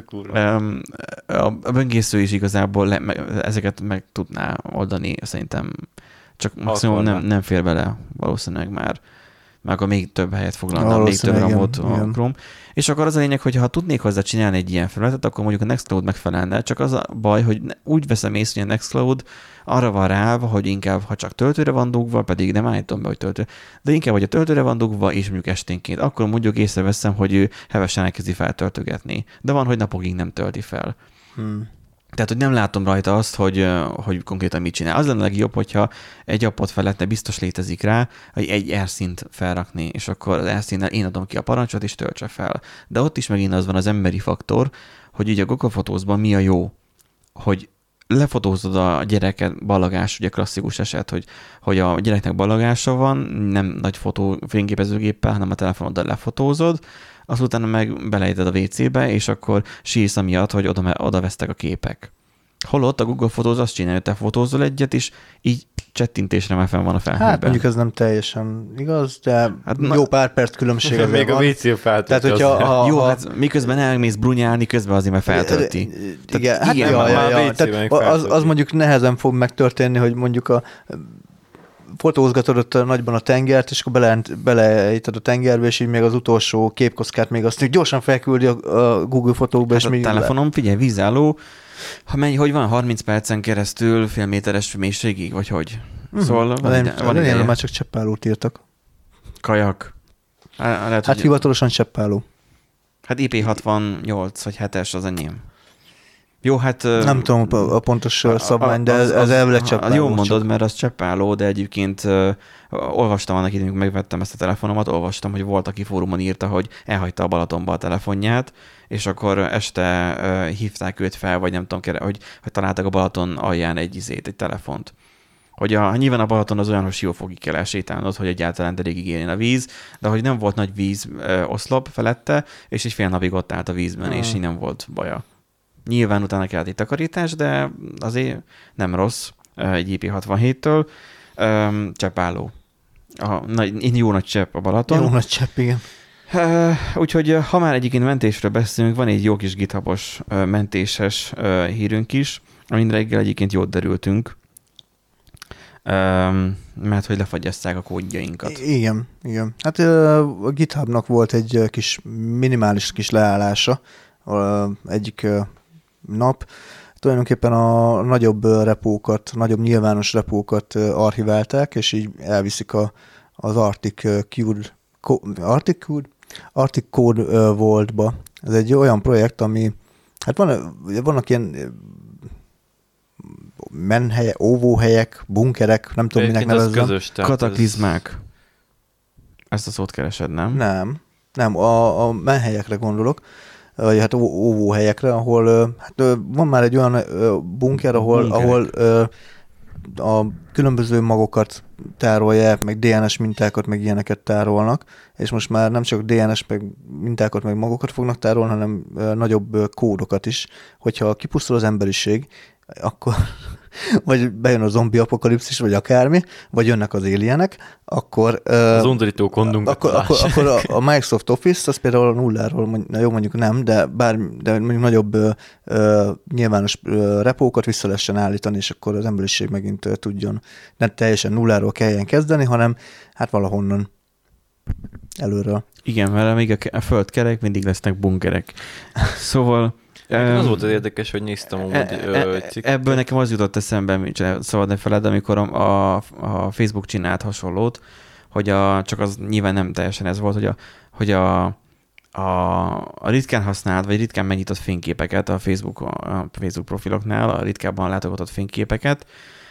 A böngésző is igazából ezeket meg tudná oldani, szerintem csak maximum nem fér bele valószínűleg már akkor még több helyet foglalnám, még több ramot a Chrome. És akkor az a lényeg, hogy ha tudnék hozzá csinálni egy ilyen felületet, akkor mondjuk a Nextcloud megfelelne. Csak az a baj, hogy úgy veszem észre, hogy a Nextcloud arra van rá, hogy inkább, ha csak töltőre van dugva, pedig nem állítom be, hogy töltő, de inkább, hogy a töltőre van dugva, és mondjuk esténként, akkor mondjuk észreveszem, hogy ő hevesen elkezdi feltöltögetni. De van, hogy napokig nem tölti fel. Tehát, hogy nem látom rajta azt, hogy konkrétan mit csinál. Az lenne legjobb, hogyha egy appot fel lehetne, biztos létezik rá, hogy egy AirSync felrakni, és akkor az AirSync-nel én adom ki a parancsot, és töltse fel. De ott is megint az van az emberi faktor, hogy ugye a Google Photos-ban mi a jó, hogy lefotózod a gyereket ballagás, ugye klasszikus eset, hogy a gyereknek ballagása van, nem nagy fényképezőgéppel, hanem a telefonoddal lefotózod, azután meg belejted a WC-be, és akkor sírsz amiatt, hogy oda vesztek a képek. Holott a Google Photos azt csinálja, hogy te fotózol egyet, és így csettintésre már fenn van a felhőben. Hát mondjuk ez nem teljesen igaz, de hát jó pár perc különbség azért még van. a WC feltölti. Tehát, hogyha jó, hát miközben elmész brunyálni, közben azért már feltölti. Igen, hát igen, az mondjuk nehezen fog megtörténni, hogy mondjuk a fotózgatod ott nagyban a tengert, és akkor beleejted a tengerbe, és így még az utolsó képkockát még azt gyorsan felküldi a Google fotókba. Hát és a telefonom, figyelj, vízálló, hogy van 30 percen keresztül fél méteres mélységig, vagy hogy? Szóval van ideje. Már csak cseppállót írtak. Kajak. Hát hivatalosan cseppálló. Hát IP68 vagy 7-es az enyém. Jó, hát... Nem tudom a pontos szabvány, de ez elvileg cseppálló. Jó mondod, mert az cseppálló, de egyébként olvastam annak időn, amikor megvettem ezt a telefonomat, olvastam, hogy volt, aki fórumon írta, hogy elhagyta a Balatonba a telefonját, és este hívták őt fel, vagy nem tudom, hogy találtak a Balaton alján egy telefont. Hogy nyilván a Balaton az olyan, hogy Siófokig kell elsétálnod, hogy egyáltalán elég érjen a víz, de hogy nem volt nagy víz oszlop felette, és egy fél napig ott állt a vízben, és így nem volt baja. Nyilván utána kellett egy takarítás, de azért nem rossz egy IP67-től. Cseppálló. Jó nagy csepp a Balaton. Jó nagy csepp, igen. Úgyhogy ha már egyébként mentésről beszélünk, van egy jó kis GitHub-os mentéses hírünk is, amin reggel egyébként jót derültünk, mert hogy lefagyasztják a kódjainkat. Igen. Hát a GitHubnak volt egy kis minimális kis leállása egyik nap. Tulajdonképpen a nagyobb repókat, nagyobb nyilvános repókat archiválták, és így elviszik az Arctic Code Vault-ba. Ez egy olyan projekt, ami, hát vannak ilyen menhelyek, óvóhelyek, bunkerek, nem tudom, minek nevezzem. Kataklizmák. Ezt a szót keresed, nem? Nem, a menhelyekre gondolok, vagy hát óvóhelyekre, ahol hát van már egy olyan bunker, ahol a különböző magokat tárolják, meg DNS mintákat, meg ilyeneket tárolnak, és most már nem csak DNS meg mintákat, meg magokat fognak tárolni, hanem nagyobb kódokat is, hogyha kipusztul az emberiség, akkor vagy bejön a zombi apokalipszis, vagy akármi, vagy jönnek az alienek, akkor az undorító akkor a Microsoft Office, az például a nulláról, jó mondjuk nem, de mondjuk nagyobb nyilvános repókat vissza lehessen állítani, és akkor az emberiség megint tudjon nem teljesen nulláról kelljen kezdeni, hanem hát valahonnan előről. Igen, mert még a föld kerek, mindig lesznek bunkerek. Szóval az volt az érdekes, hogy néztem egy cikket. Ebből nekem az jutott eszembe, szabad ne feled, amikor a Facebook csinált hasonlót, hogy csak az nyilván nem teljesen ez volt, hogy a ritkán használt, vagy ritkán megnyitott fényképeket a Facebook profiloknál, a ritkábban látogatott fényképeket,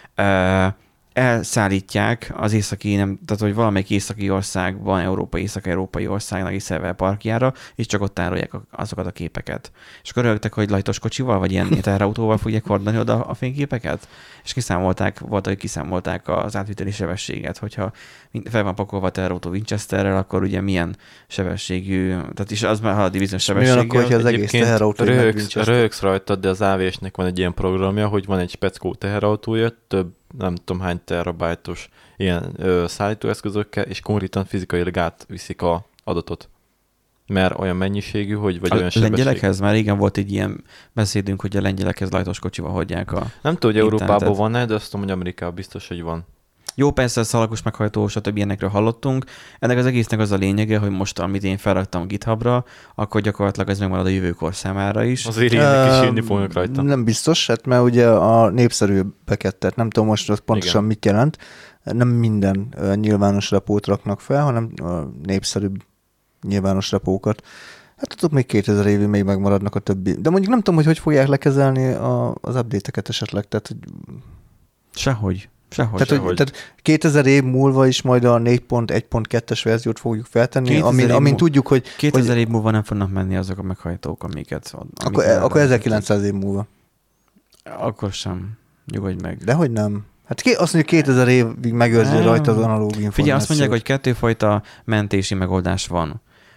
elszállítják az tehát hogy valamelyik északi országban, észak-európai országnak egy szerverparkjára, és csak ott tárolják azokat a képeket. És akkor rögtek, hogy lajtos kocsival, vagy ilyen teherautóval fogják hordani oda a fényképeket, és kiszámolták az átviteli sebességet, hogyha fel van pakolva a teherautó Winchesterrel, akkor ugye milyen sebességű, tehát is az már halad bizonyos sebességgel. Mi van akkor, hogy az egész teherautó röhögsz rajtad, de az AVS-nek van egy ilyen programja, hogy van egy speckó teherautója, több nem tudom hány terabájtos ilyen szállítóeszközökkel, és konkrétan fizikailag átviszik a adatot. Mert olyan mennyiségű, hogy vagy olyan sebesség. Lengyelekhez már régen volt egy ilyen beszédünk, hogy a lengyelekhez lajtos kocsival hagyják a nem tudom, hogy Európában van-e, de azt tudom, hogy Amerikában biztos, hogy van. Jó, persze, szalagos meghajtó, stb. Ilyenekről hallottunk. Ennek az egésznek az a lényege, hogy most, amit én felraktam GitHubra, akkor gyakorlatilag ez megmarad a jövőkor számára is. Azért ilyenek is írni fognak rajta. Nem biztos, hát mert ugye a népszerűbbeket, tehát nem tudom most pontosan igen. Mit jelent. Nem minden nyilvános repót raknak fel, hanem a népszerűbb nyilvános repókat. Hát tudok, még 2000 évig még megmaradnak a többi. De mondjuk nem tudom, hogy fogják lekezelni az update-eket esetleg. Tehát, Sehogy. Tehát 2000 év múlva is majd a 4.1.2-es verziót fogjuk feltenni, amin tudjuk, hogy... 2000 év múlva nem fognak menni azok a meghajtók, amiket... Akkor 1900 év múlva. Akkor sem. Nyugodj meg. Dehogy nem. Hát azt mondja, 2000 évig megőrzi rajta az analóg információt. Figyelj, azt mondják, hogy kettőfajta mentési megoldás van.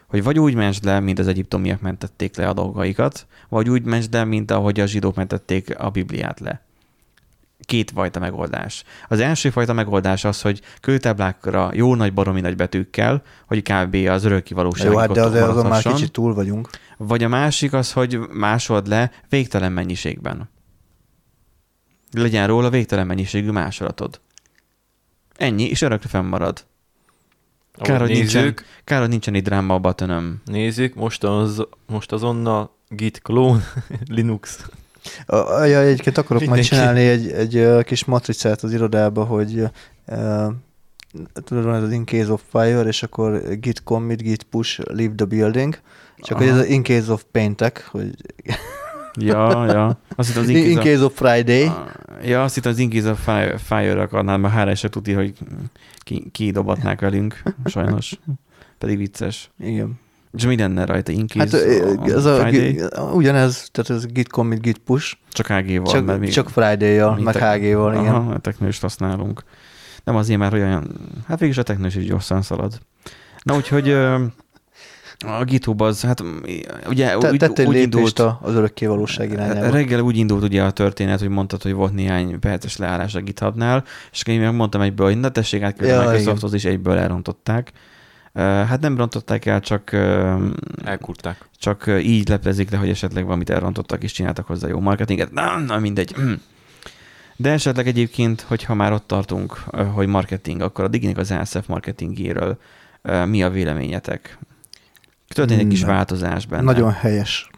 hogy vagy úgy mentsd le, mint az egyiptomiak mentették le a dolgaikat, vagy úgy mentsd le, mint ahogy a zsidók mentették a Bibliát le. Két fajta megoldás. Az első fajta megoldás az, hogy kőtáblákra jó nagy baromi nagy betűkkel, hogy kb. Az örökké valóság. Jó, hát de azért azon már kicsit túl vagyunk. Vagy a másik az, hogy másold le végtelen mennyiségben. Legyen róla végtelen mennyiségű másolatod. Ennyi, és örökre fennmarad. Kár, hogy nincsen egy dráma a buttonöm. Nézzük, most azonnal git clone Linux. Egyébként akarok majd csinálni egy kis matricát az irodába, hogy tudod, az in case of fire, és akkor git commit, git push, leave the building. Csak hogy ez az in case of paintek, hogy... Ja. Azt hittem, az in case of Friday. Ja, azt hittem, az in case of fire akarnál, mert HRS se tudja, hogy kidobatnák velünk, sajnos. Pedig vicces. Igen. És mi lenne rajta? In case ugyanez, tehát ez git commit, git push. Csak HG-val. Csak Friday-jal, meg HG-val, igen. Aha, technőst használunk. Nem azért már olyan, hát végülis a technős is gyorsan szalad. Na úgyhogy a GitHub az, hát ugye úgy indult az örökké valóság irányába. Reggel úgy indult ugye a történet, hogy mondtad, hogy volt néhány perces leállás a GitHubnál, és én megmondtam egyből, hogy na tessék átkerülni a Microsofthoz, is egyből elrontották. Hát nem rontották el, csak elkurták. Csak így leplezik le, hogy esetleg valamit elrontottak, és csináltak hozzá jó marketinget. Na mindegy. De esetleg egyébként, hogyha már ott tartunk, hogy marketing, akkor a Diginek az ASF marketingéről mi a véleményetek? Történik egy kis változás benne. Nagyon helyes.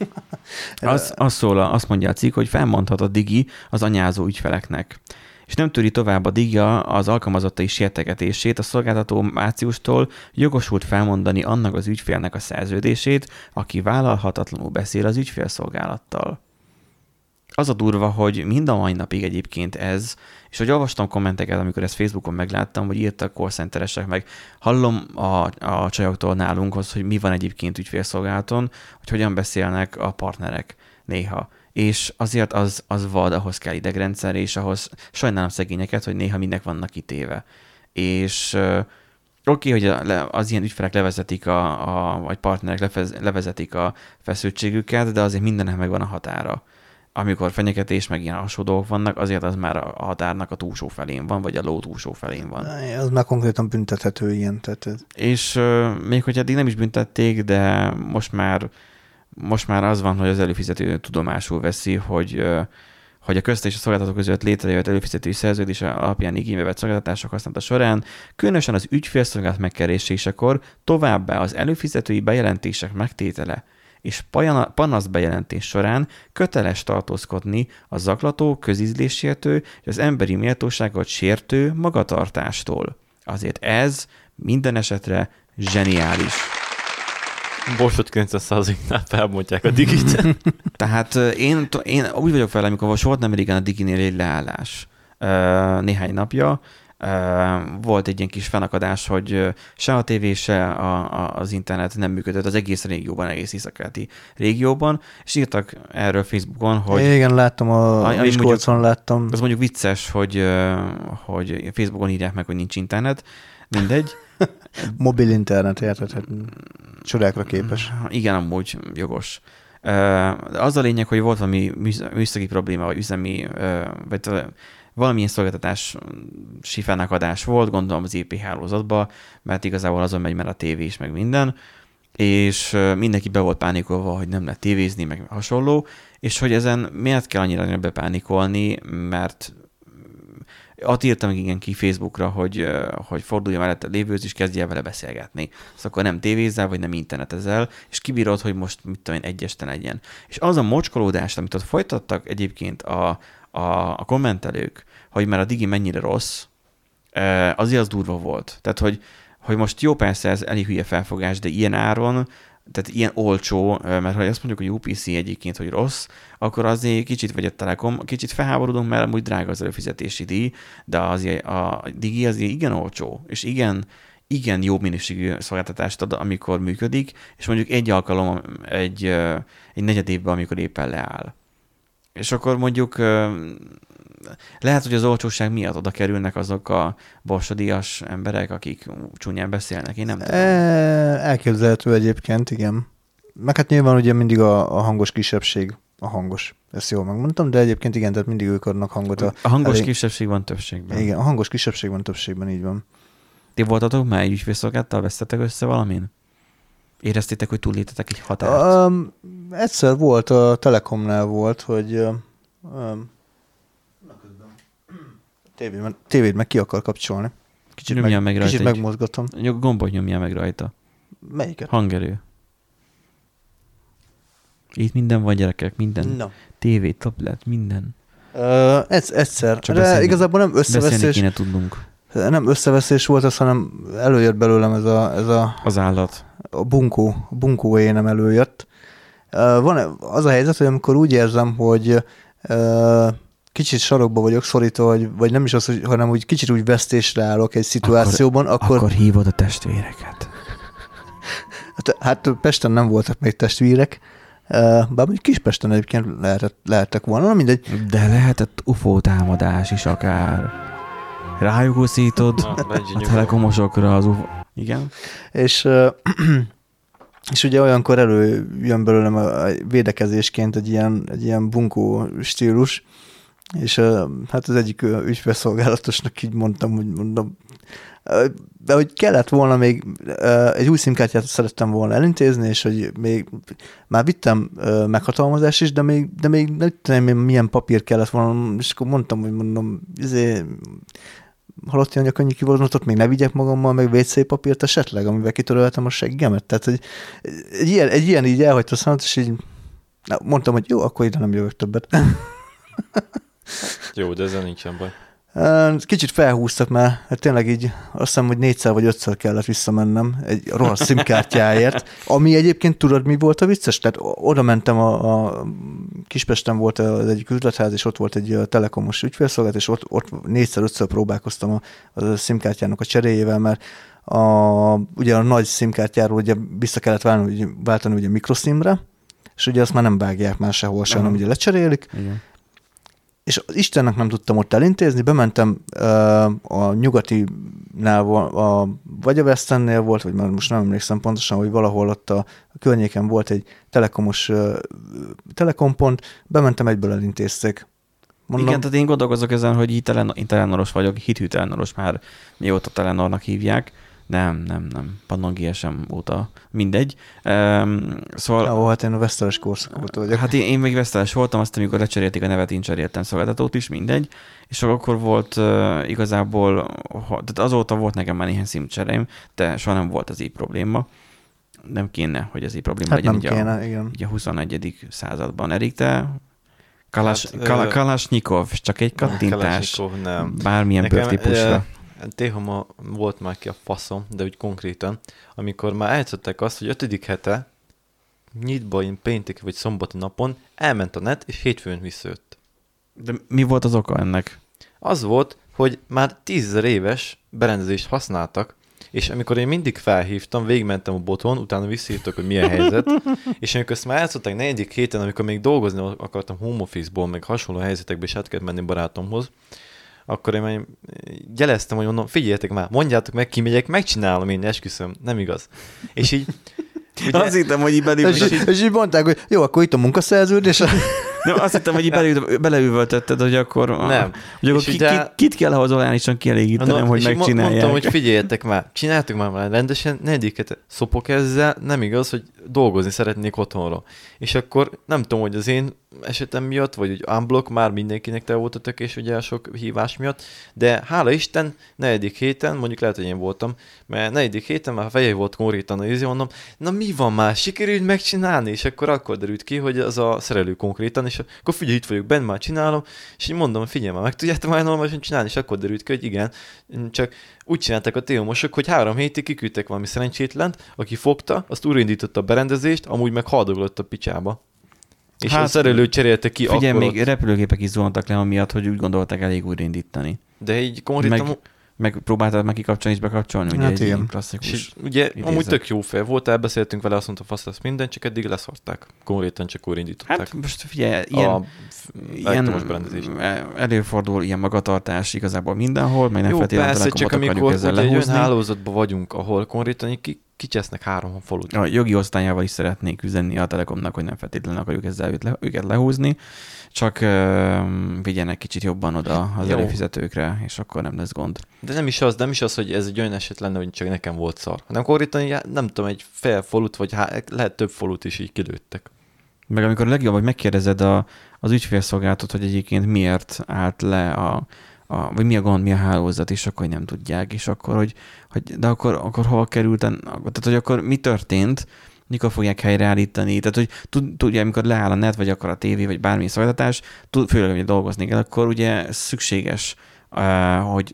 Azt mondja a cikk, hogy felmondhat a Digi az anyázó ügyfeleknek. És nem tűri tovább a Digi az alkalmazottai sértegetését a szolgáltató márciustól jogosult felmondani annak az ügyfélnek a szerződését, aki vállalhatatlanul beszél az ügyfélszolgálattal. Az a durva, hogy mind a mai napig egyébként ez, és hogy olvastam kommenteket, amikor ezt Facebookon megláttam, hogy írtak call centeresek, meg hallom a csajoktól nálunk, hogy mi van egyébként ügyfélszolgálaton, hogy hogyan beszélnek a partnerek néha. És azért az vad, ahhoz kell idegrendszer, és ahhoz sajnálom szegényeket, hogy néha mindnek vannak kitéve. És oké, hogy az ilyen ügyfelek levezetik, vagy partnerek levezetik a feszültségüket, de azért mindennek megvan a határa. Amikor fenyegetés, meg ilyen hasonló dolgok vannak, azért az már a határnak a túlsó felén van, vagy a ló túlsó felén van. Az már konkrétan büntethető ilyen. Tehát... És még hogy eddig nem is büntették, de most már az van, hogy az előfizető tudomásul veszi, hogy a között és a szolgáltató között létrejött előfizetői szerződés alapján igénybe vett szolgáltatások használata során, különösen az ügyfélszolgálat megkeresésekor továbbá az előfizetői bejelentések megtétele és panaszbejelentés során köteles tartózkodni a zaklató, közízléssértő és az emberi méltóságot sértő magatartástól. Azért ez minden esetre zseniális. Borsot 900%-nál felmondják a Digit. Tehát én úgy vagyok fel, amikor volt nem régen a Diginél egy leállás néhány napja, volt egy ilyen kis fennakadás, hogy se a tévé, se az internet nem működött az egész régióban, egész észak-keleti régióban, és írtak erről Facebookon, hogy... Igen, láttam, a Miskolcon láttam. Az mondjuk vicces, hogy Facebookon írják meg, hogy nincs internet, mindegy. Mobil internet, érted? Csodákra képes. Igen, amúgy jogos. Az a lényeg, hogy volt valami műszaki probléma, vagy üzemi, vagy valamilyen szolgáltatási fennakadás volt, gondolom az IP hálózatban, mert igazából azon megy már a tévé is, meg minden, és mindenki be volt pánikolva, hogy nem lehet tévézni, meg hasonló, és hogy ezen miért kell annyira bepánikolni, mert ott írtam igen ki Facebookra, hogy fordulja mellette lévőz, és kezdje el vele beszélgetni. Szóval akkor nem tévézzel, vagy nem internetezel, és kibírod, hogy most mit tudom én, egy este legyen. És az a mocskolódást, amit ott folytattak egyébként a kommentelők, hogy már a Digi mennyire rossz, azért az durva volt. Tehát, hogy most jó, persze ez elég hülye felfogás, de ilyen áron, tehát ilyen olcsó, mert ha azt mondjuk, hogy UPC egyébként, hogy rossz, akkor azért kicsit vagy a Telekom, kicsit felháborodunk, mert amúgy drága az előfizetési díj, de azért a Digi azért igen olcsó, és igen jó minőségű szolgáltatást ad, amikor működik, és mondjuk egy alkalom egy negyed évben, amikor éppen leáll. És akkor mondjuk lehet, hogy az olcsóság miatt oda kerülnek azok a borsodias emberek, akik csúnyán beszélnek, én nem tudom. Elképzelhető egyébként, igen. Meg hát nyilván ugye mindig a hangos kisebbség, a hangos, ezt jól megmondtam, de egyébként igen, tehát mindig ők adnak hangot. A hangos kisebbség van többségben. Igen, a hangos kisebbség van többségben, így van. Ti voltatok már ügyfélszolgálattal, vesztetek össze valamin? Éreztétek, hogy túlléptetek egy határt? Egyszer volt, a Telekomnál volt, hogy tévéd meg ki akar kapcsolni. Kicsit megmozgatom. Gombot nyomjál meg rajta. Melyiket? Hangerő. Itt minden van, gyerekek, minden. No. TV, tablet, minden. Egyszer. De igazából nem összeveszés. Beszélni kéne tudnunk. Nem összeveszés volt az, hanem előjött belőlem ez a az állat. A bunkó énem előjött. Van az a helyzet, hogy amikor úgy érzem, hogy kicsit sarokba vagyok szorítva, vagy nem is az, hanem úgy kicsit úgy vesztésre állok egy szituációban, akkor hívod a testvéreket. Hát Pesten nem voltak még testvérek, bár mondjuk Kispesten egyébként lehettek volna, mindegy. De lehetett UFO támadás is akár. Rájuk uszítod a telekomosokra az UFO. Igen. És ugye olyankor előjön belőlem a védekezésként egy ilyen bunkó stílus, és hát az egyik ügyfélszolgálatosnak így mondtam, de hogy kellett volna még egy új SIM-kártyát szerettem volna elintézni, és hogy még már vittem meghatalmazást is, de még nem tudom, milyen papír kellett volna, és akkor mondtam, halotti anyagannyi kivonatot még ne vigyek magammal, meg WC papírt esetleg, amivel kitörölhetem a seggemet. Tehát, hogy egy ilyen így elhagyta a szemet, és így mondtam, hogy jó, akkor ide nem jövök többet. Jó, de ezzel nincsen baj. Kicsit felhúztak már, hát tényleg így azt hiszem, hogy 4-szer vagy 5-szer kellett visszamennem egy rohadt SIM-kártyáért, ami egyébként tudod, mi volt a vicces? Tehát oda mentem, a Kispesten volt az egyik üzletház, és ott volt egy telekomos ügyfélszolgálat, és ott 4-5-ször próbálkoztam a SIM-kártyának a cseréjével, mert ugye a nagy SIM-kártyáról ugye vissza kellett váltani ugye mikroszimre, és ugye azt már nem vágják már sehol sem, hanem ugye lecserélik. Igen. És Istennek nem tudtam ott elintézni, bementem a nyugatinál, vagy a West Endnél volt, vagy már most nem emlékszem pontosan, hogy valahol ott a környéken volt egy telekomos telekompont, bementem, egyből elintézték. Mondom, igen, tehát én gondolkozok ezen, hogy így telenoros vagyok, hithű telenoros már mióta telenornak hívják. Nem. Pannon GSM óta mindegy. Szóval... Jó, hát én a Veszteles korszak óta vagyok. Hát én még Veszteles voltam, aztán amikor lecserélték a nevet, én cseréltem szolgáltatót is, mindegy. És akkor volt igazából, tehát azóta volt nekem már néhány SIM-csereim, de soha nem volt az így probléma. Nem kéne, hogy ez így probléma hát legyen. Nem kéne, igen. Ugye a 21. században. Erik, te Kalasnyikov, csak egy kattintás. Nem. Bármilyen bőrtípusra. Téhoma volt már ki a faszom, de úgy konkrétan, amikor már eljátszották azt, hogy 5. hete nyitba én péntek vagy szombati napon elment a net, és hétfőn visszajött. De mi volt az oka ennek? Az volt, hogy már 10 000 éves berendezést használtak, és amikor én mindig felhívtam, végigmentem a boton, utána visszaírtak, hogy milyen helyzet, és amikor ezt már eljátszották 4. héten, amikor még dolgozni akartam home office-ból, meg hasonló helyzetekbe is át kellett menni barátomhoz, akkor én gyeleztem, hogy mondom, figyeljetek már, mondjátok meg, kimegyek, megcsinálom én, esküszöm, nem igaz. És így... Ugye, azt hittem, hogy így belül... És így mondták, hogy jó, akkor itt a munkaszerződés. Nem, azt hittem, hogy így beleüvöltötted, hogy akkor... Nem. Hogy akkor kit kell ahhoz olyánisan kielégítenem, hogy megcsinálják. Mondtam, hogy figyeljetek már, csináltuk már rendesen, negyiket szopok ezzel, nem igaz, hogy dolgozni szeretnék otthonról. És akkor nem tudom, hogy az én esetem miatt, vagy hogy unblock már mindenkinek te voltatok, és ugye sok hívás miatt, de hála Isten, 4. héten, mondjuk lehet, hogy én voltam, mert 4. héten már fejjel volt konkrétan az mondom, na mi van már, sikerült megcsinálni, és akkor derült ki, hogy az a szerelő konkrétan, és akkor figyelj, itt vagyok, benne már csinálom, és így mondom, figyelj már, meg tudjátok már normálisan csinálni, és akkor derült ki, hogy igen, csak úgy csinálták a téomosok, hogy 3 hétig kiküldtek valami szerencsétlent, aki fogta, azt újraindította a berendezést, amúgy meg haldoglott a picsába. És hát, a szerelő cserélte ki figyelj, akkor még repülőgépek is zuhantak le amiatt, hogy úgy gondolták elég újraindítani. De így konkrétan Megpróbáltad meg kikapcsolni és bekapcsolni? Ugye Hát igen. Klasszikus és ugye amúgy tök jó fej volt, elbeszéltünk vele, azt mondta, fasz lesz minden, csak eddig leszarták. Konkrétan csak úgy indították. Hát most figyelj, elektromos berendezés. Előfordul ilyen magatartás igazából mindenhol, meg nem feltétlenül persze, csak amikor egy olyan hálózatban vagyunk, ahol konkrétan kicsesznek 3 falut. A jogi osztályával is szeretnék üzenni a Telekomnak, hogy nem feltétlenül akarjuk ezzel őket lehúzni, csak vigyenek kicsit jobban oda az előfizetőkre, és akkor nem lesz gond. De nem is az, hogy ez egy olyan eset lenne, hogy csak nekem volt szar, hanem konkrétan, nem tudom, egy fél falut, vagy lehet több falut is így kilőttek. Meg amikor legjobb, hogy megkérdezed az ügyfélszolgálatot, hogy egyébként miért állt le vagy mi a gond, mi a hálózat, és akkor nem tudják, és akkor, de akkor hova kerülten, tehát hogy akkor mi történt, mikor fogják helyreállítani, tehát hogy tudja, amikor leáll a net, vagy akkor a tévé, vagy bármi szolgáltatás, főleg, hogy dolgozni kell, akkor ugye szükséges, hogy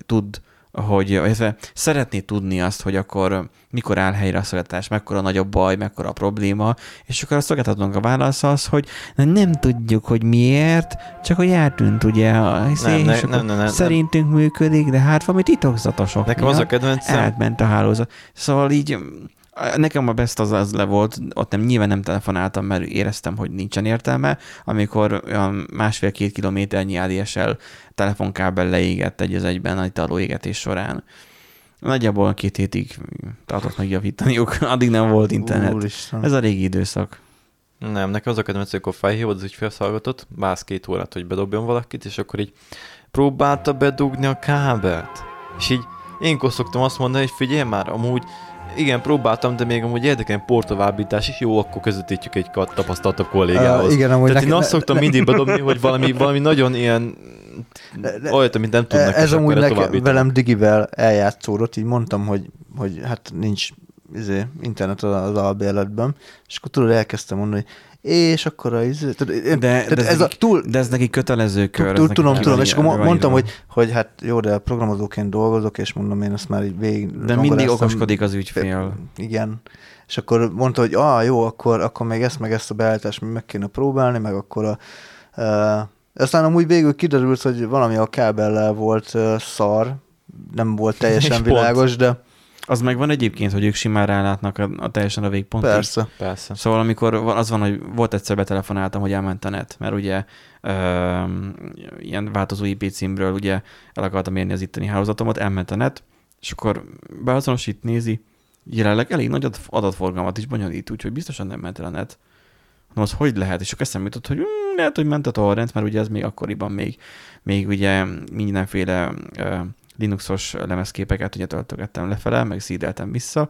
szeretné tudni azt, hogy akkor mikor áll helyre a szolgáltatás, mekkora nagy a baj, mekkora a probléma, és akkor a szolgáltatónak a válasz az, hogy nem tudjuk, hogy miért, csak hogy eltűnt ugye nem, szerintünk működik, de hát valami titokzatosok. Nekem az a kedvencem. Elment a hálózat. Szóval így nekem a best az le volt, ott nyilván nem telefonáltam, mert éreztem, hogy nincsen értelme, amikor olyan 1,5-2 kilométernyi ADSL telefonkábel leégett egy az egyben a italó égetés során. Nagyjából 2 hétig tartott megjavítaniuk, addig nem volt internet. Úristen. Ez a régi időszak. Nem, nekem az a kedvenc, amikor felhívod az ügyfélszolgálatot, vársz 2 órát, hogy bedobjon valakit, és akkor így próbálta bedugni a kábelt. És így én szoktam azt mondani, hogy figyelj már, amúgy igen, próbáltam, de még amúgy érdekel portovábbítás is, jó, akkor közvetítjük egy tapasztaltabb kollégához. Igen, amúgy tehát én azt szoktam mindig bedobni, hogy valami nagyon ilyen olyat, amit nem tudnak. Ez amúgy velem digivel eljátszódott, így mondtam, hogy hát nincs internet az albérletben, és akkor tudod, elkezdtem mondani, hogy és akkor de ez neki kötelező kör. Tudom, és akkor mondtam, hogy hát jó, de programozóként dolgozok, és mondom, én ezt már így végig... De mindig okoskodik az ügyfél. Igen. És akkor mondta, hogy jó, akkor még ezt a beállítást meg kéne próbálni, meg akkor aztán amúgy végül kiderült, hogy valami a kábellel volt szar, nem volt teljesen világos, de... Az megvan egyébként, hogy ők simán rálátnak a teljesen a végpontig? Persze. Szóval amikor az van, hogy volt egyszer betelefonáltam, hogy elment a net, mert ugye ilyen változó IP címről ugye el akartam érni az itteni hálózatomat, elment a net, és akkor beazonosít, nézi, jelenleg elég nagy adatforgalmat is bonyolít, úgyhogy biztosan nem ment el a net. No, az hogy lehet? És akkor eszembe jutott, hogy lehet, hogy ment a torrent, mert ugye ez még akkoriban még ugye mindenféle Linuxos lemezképeket ugye töltögettem lefele, meg szídeltem vissza.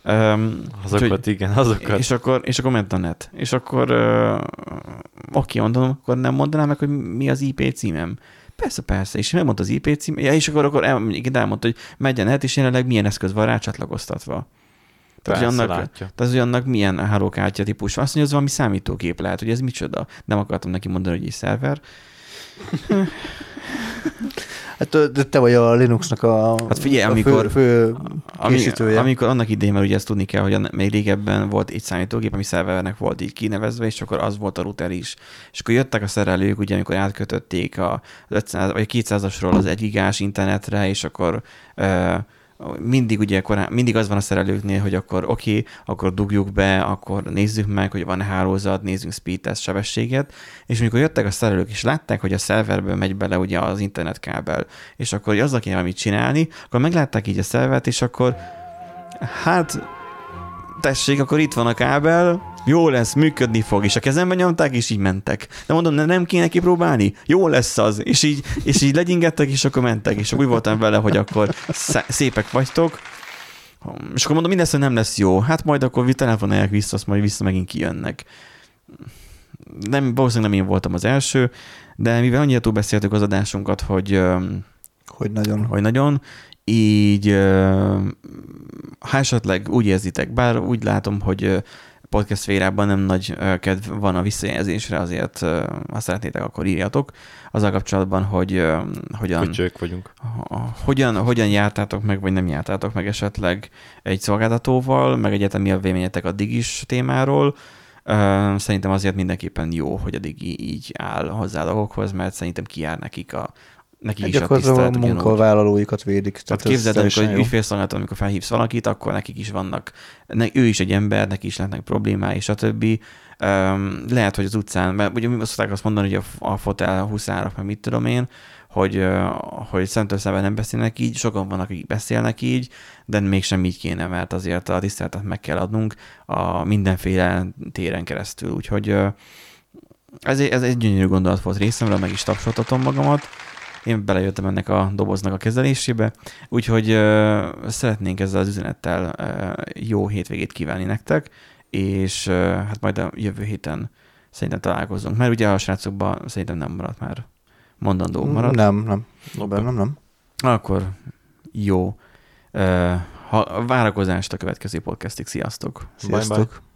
Azokat. És akkor ment a net. És akkor oké, mondom, akkor nem mondanám meg, hogy mi az IP címem. Persze. És megmondta az IP címem, és akkor elmondta, hogy megy a net, és jelenleg milyen eszköz van rá csatlakoztatva. Tehát annak milyen hálókártya típus. Azt mondja, hogy ez valami számítógép lehet, hogy ez micsoda. Nem akartam neki mondani, hogy egy szerver. Hát te vagy a Linuxnak hát figyelj, fő készítője. Amikor annak idején, mert ugye ezt tudni kell, hogy még régebben volt egy számítógép, ami szervernek volt így kinevezve, és akkor az volt a router is. És akkor jöttek a szerelők, ugye, amikor átkötötték a 500 vagy 200-asról az 1 gigás internetre, és akkor mindig az van a szerelőknél, hogy akkor akkor dugjuk be, akkor nézzük meg, hogy van hálózat, nézzünk speed test sebességet, és amikor jöttek a szerelők, és látták, hogy a szerverből megy bele ugye az internetkábel, és akkor azzal kéne valamit csinálni, akkor meglátták így a szervert, és akkor hát tessék, akkor itt van a kábel, jó lesz, működni fog, és a kezembe nyomták, és így mentek. De mondom, nem kéne kipróbálni? Jó lesz az. És így legyingettek, és akkor mentek. És úgy voltam vele, hogy akkor szépek vagytok. És akkor mondom, mindez, hogy nem lesz jó. Hát majd akkor telefonálják vissza, azt majd vissza megint kijönnek. Valószínűleg nem én voltam az első, de mivel annyira túlbeszéltük az adásunkat, hogy nagyon, így ha esetleg úgy érzitek, bár úgy látom, hogy podcast szférában nem nagy kedv van a visszajelzésre, azért ha szeretnétek, akkor írjatok. Azzal kapcsolatban, hogy hogyan jártátok meg, vagy nem jártátok meg esetleg egy szolgáltatóval, meg egyáltalán mi a véleményetek a digis témáról. Szerintem azért mindenképpen jó, hogy a digi így áll hozzá a dolgokhoz, mert szerintem kijár nekik Nekik is a tisztelet. A munkavállalóikat védik. Tehát képzeld, amikor egy ügyfélszolgálaton, amikor felhívsz valakit, akkor nekik is vannak, ő is egy ember, neki is lehetnek problémái, stb. Lehet, hogy az utcán, mert ugye mi szokták azt mondani, hogy a fotel huszárok, meg mit tudom én, hogy szemtől szemben nem beszélnek így, sokan vannak, akik beszélnek így, de mégsem így kéne, mert azért a tiszteletet meg kell adnunk a mindenféle téren keresztül. Úgyhogy ez egy gyönyörű gondolat volt részemről, meg is tapsoltatom magamat. Én belejöttem ennek a doboznak a kezelésébe, úgyhogy szeretnénk ezzel az üzenettel jó hétvégét kívánni nektek, és hát majd a jövő héten szerintem találkozunk. Mert ugye a srácokban szerintem nem maradt már mondandó. Maradt? Nem. Akkor jó várakozást a következő podcastig. Sziasztok! Sziasztok! Bye, bye.